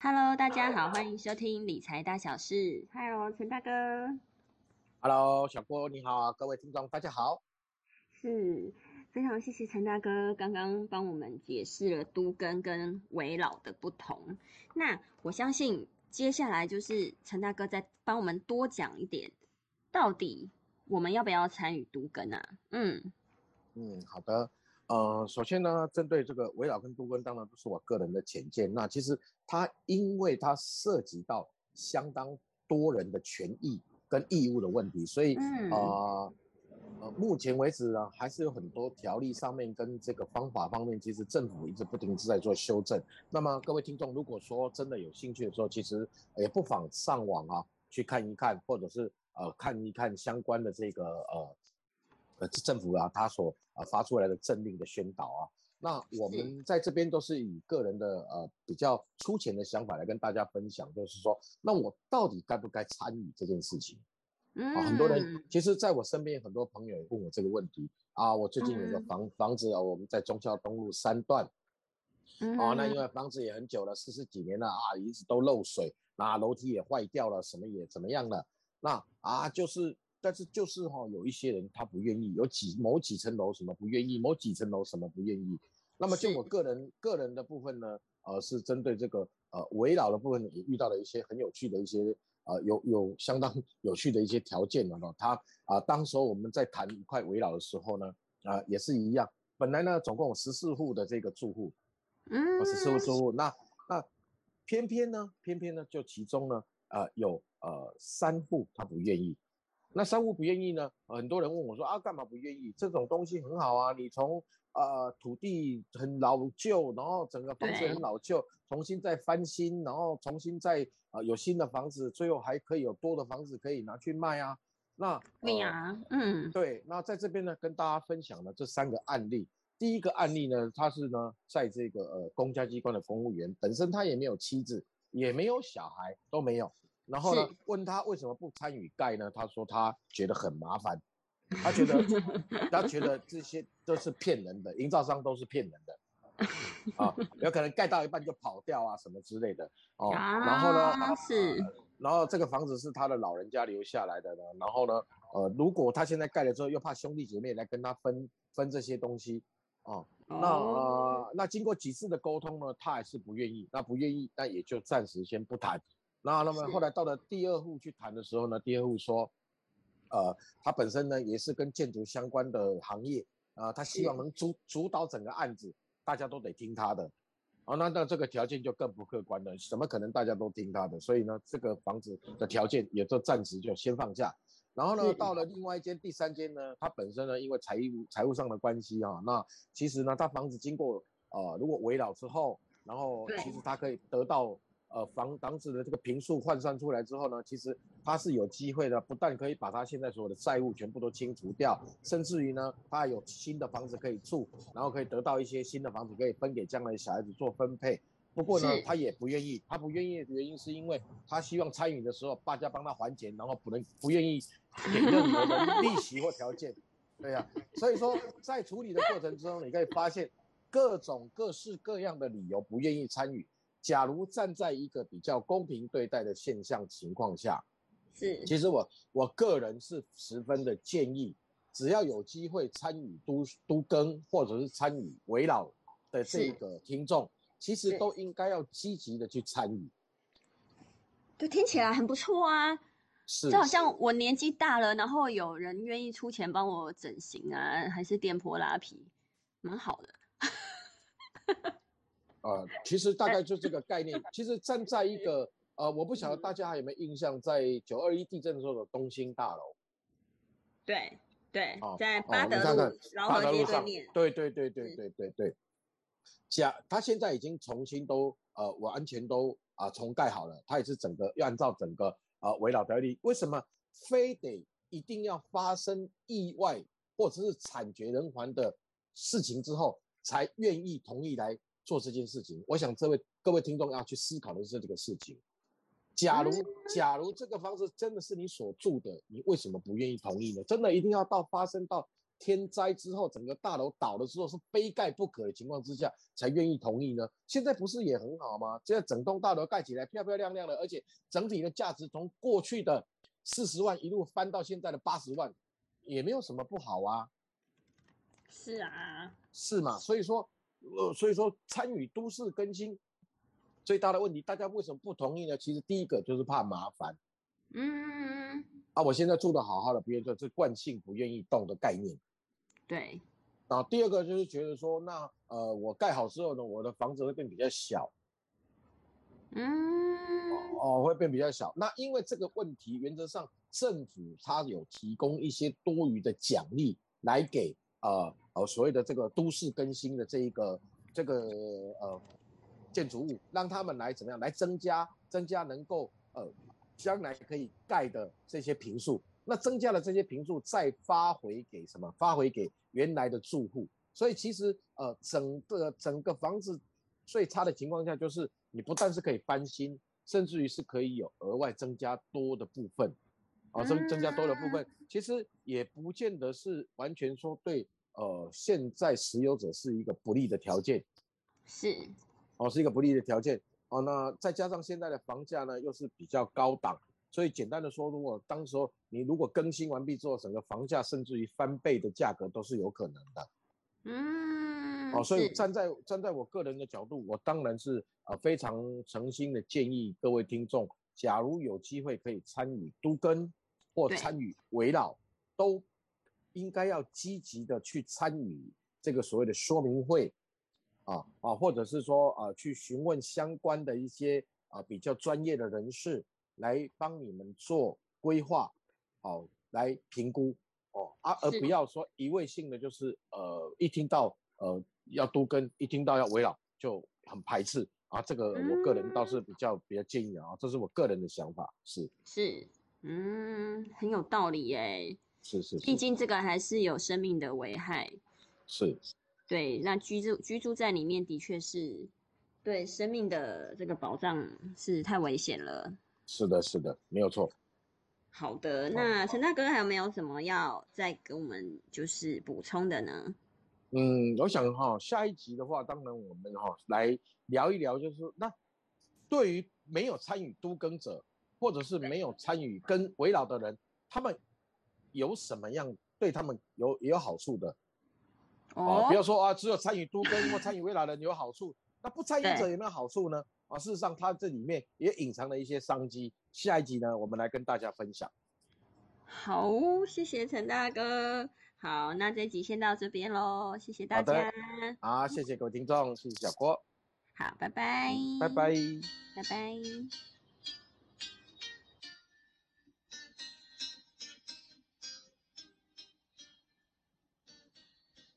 Hello，大家好，欢迎收听理财大小事。Hello，陈大哥。 Hello，小郭你好，各位听众大家好。 是非常谢谢陈大哥刚刚帮我们解释了都更跟围老的不同。那我相信接下来就是陈大哥再帮我们多讲一点，到底我们要不要参与都更啊？ 好的。首先呢，针对这个围绕跟都更，当然都是我个人的浅见。那其实因为它涉及到相当多人的权益跟义务的问题，所以嗯， 呃目前为止呢，还是有很多条例上面跟这个方法方面，其实政府一直不停在做修正。那么各位听众，如果说真的有兴趣的时候，其实也不妨上网去看一看，或者是看一看相关的这个政府他所发出来的政令的宣导啊。那我是， 们在这边都是以个人的比较粗浅的想法来跟大家分享，就是说，那我到底该不该参与这件事情？很多人嗯其实在我身边很多朋友也问我这个问题啊。我最近有个嗯房子我们在忠孝东路3段那因嗯为房子也很久了，40几年了一直都漏水，那楼梯也坏掉了，什么也怎么样了。那但是就是有一些人他不愿意，某几层楼什么不愿意，某几层楼什么不愿意。那么就我是个人的部分呢，是针对这个围绕的部分也遇到了一些很有趣的一些有相当有趣的一些条件了。当时候我们在谈一块围绕的时候呢，也是一样。本来呢总共有14户的这个住户，14户嗯住户，那偏偏呢，就其中呢，有3户他不愿意。那3户不愿意呢，很多人问我说干嘛不愿意？这种东西很好啊，你从土地很老旧，然后整个房子很对老旧，重新再翻新，然后重新再有新的房子，最后还可以有多的房子可以拿去卖啊。那对呀， 对，那在这边呢，跟大家分享的这3个案例。第一个案例呢，他是呢，在这个公家机关的公务员，本身他也没有妻子，也没有小孩，都没有。然后呢， 是。 问他为什么不参与盖呢？他说他觉得很麻烦，他觉得他觉得这些都是骗人的，营造商都是骗人的有可能盖到一半就跑掉什么之类的然后呢， 啊，是然后这个房子是他的老人家留下来的呢。然后呢，如果他现在盖了之后，又怕兄弟姐妹来跟他分这些东西哦， 那经过几次的沟通呢，他还是不愿意。那不愿意，那也就暂时先不谈。那么后是， 来到了第二户去谈的时候呢，第二户说，他本身呢也是跟建筑相关的行业他希望是， 能主导整个案子，大家都得听他的。那这个条件就更不客观了，怎么可能大家都听他的？所以呢，这个房子的条件也就暂时就先放下。然后呢， 是， 到了另外一间第三间呢，它本身呢，因为财务上的关系那其实呢，它房子经过如果围绕之后，然后其实对， 它可以得到房子的这个坪数换算出来之后呢，其实它是有机会的，不但可以把它现在所有的债务全部都清除掉，甚至于呢，它有新的房子可以住，然后可以得到一些新的房子可以分给将来的小孩子做分配。不过呢， 是， 他也不愿意，他不愿意的原因是因为他希望参与的时候，大家帮他还钱，然后不愿意给任何的利息或条件。对呀，所以说在处理的过程中，你可以发现各式各样的理由不愿意参与。假如站在一个比较公平对待的现象情况下， 是， 其实我个人是十分的建议，只要有机会参与都更或者是参与围绕的这是， 个听众，其实是， 都应该要积极的去参与。 就听起来很不错啊。就好是， 像我年纪大了，然后有人愿意出钱帮我整形啊，还是电波拉皮，蛮好的。 其实大概就这个概念。其实站在一个我不晓得大家还有没有印象，在921地震的时候的东兴大楼对对，在巴你看看德路饶大河德路上， 街对面。 对对对对是， 对对对，他现在已经重新都完全都重盖好了，他也是整个要按照整个围绕条例。为什么非得一定要发生意外或者是惨绝人寰的事情之后才愿意同意来做这件事情？我想各位听众要去思考的是这个事情。 嗯， 假如这个房子真的是你所住的，你为什么不愿意同意呢？真的一定要发生到天灾之后，整个大楼倒了之后是非盖不可的情况之下才愿意同意呢？现在不是也很好吗？现在整栋大楼盖起来漂漂亮亮的，而且整体的价值从过去的40万一路翻到现在的80万，也没有什么不好啊。 是啊， 是嘛？所以说参与都市更新最大的问题，大家为什么不同意呢？其实第一个就是怕麻烦嗯， 啊，我现在住的好好的，别人就是惯性不愿意动的概念。 对， 然后第二个就是觉得说，那我盖好之后呢，我的房子会变比较小， 嗯， 会变比较小。那因为这个问题，原则上政府它有提供一些多余的奖励来给所谓的这个都市更新的这个建筑物，让他们来怎么样来增加能够将来可以盖的这些坪数。那增加了这些坪数，再发回给什么？发回给原来的住户。所以其实整个房子最差的情况下，就是你不但是可以翻新，甚至于是可以有额外增加多的部分。增加多的部分，其实也不见得是完全说对现在持有者是一个不利的条件。 是， 是一个不利的条件。那再加上现在的房价呢又是比较高档，所以简单的说，如果当时候你如果更新完毕之后，整个房价甚至于翻倍的价格都是有可能的。所以站在我个人的角度，我当然是非常诚心的建议各位听众，假如有机会可以参与都更或参与危老，都应该要积极的去参与这个所谓的说明会或者是说去询问相关的一些比较专业的人士来帮你们做规划，来评估而不要说一味性的就是一听到要都更，一听到要围绕就很排斥这个我个人倒是比较建议这是我个人的想法。是， 很有道理耶。 是， 毕竟这个还是有生命的危害。 是， 对，那居住在里面的确是对生命的这个保障是太危险了。 是的，没有错。 好的，那陈大哥还有没有什么要再跟我们就是补充的呢？ 我想下一集的话，当然我们来聊一聊，就是那对于没有参与都更者，或者是没有参与跟围绕的人，他们有什么样对他们也有好处的不要说只有参与都更或参与围绕的人有好处，那不参与者有没有好处呢？事实上它这里面也隐藏了一些商机。下一集呢，我们来跟大家分享。 好，谢谢陈大哥。好，那这集先到这边咯，谢谢大家。 好，谢谢各位听众，谢谢小郭。 好，拜拜。 拜拜。 拜拜。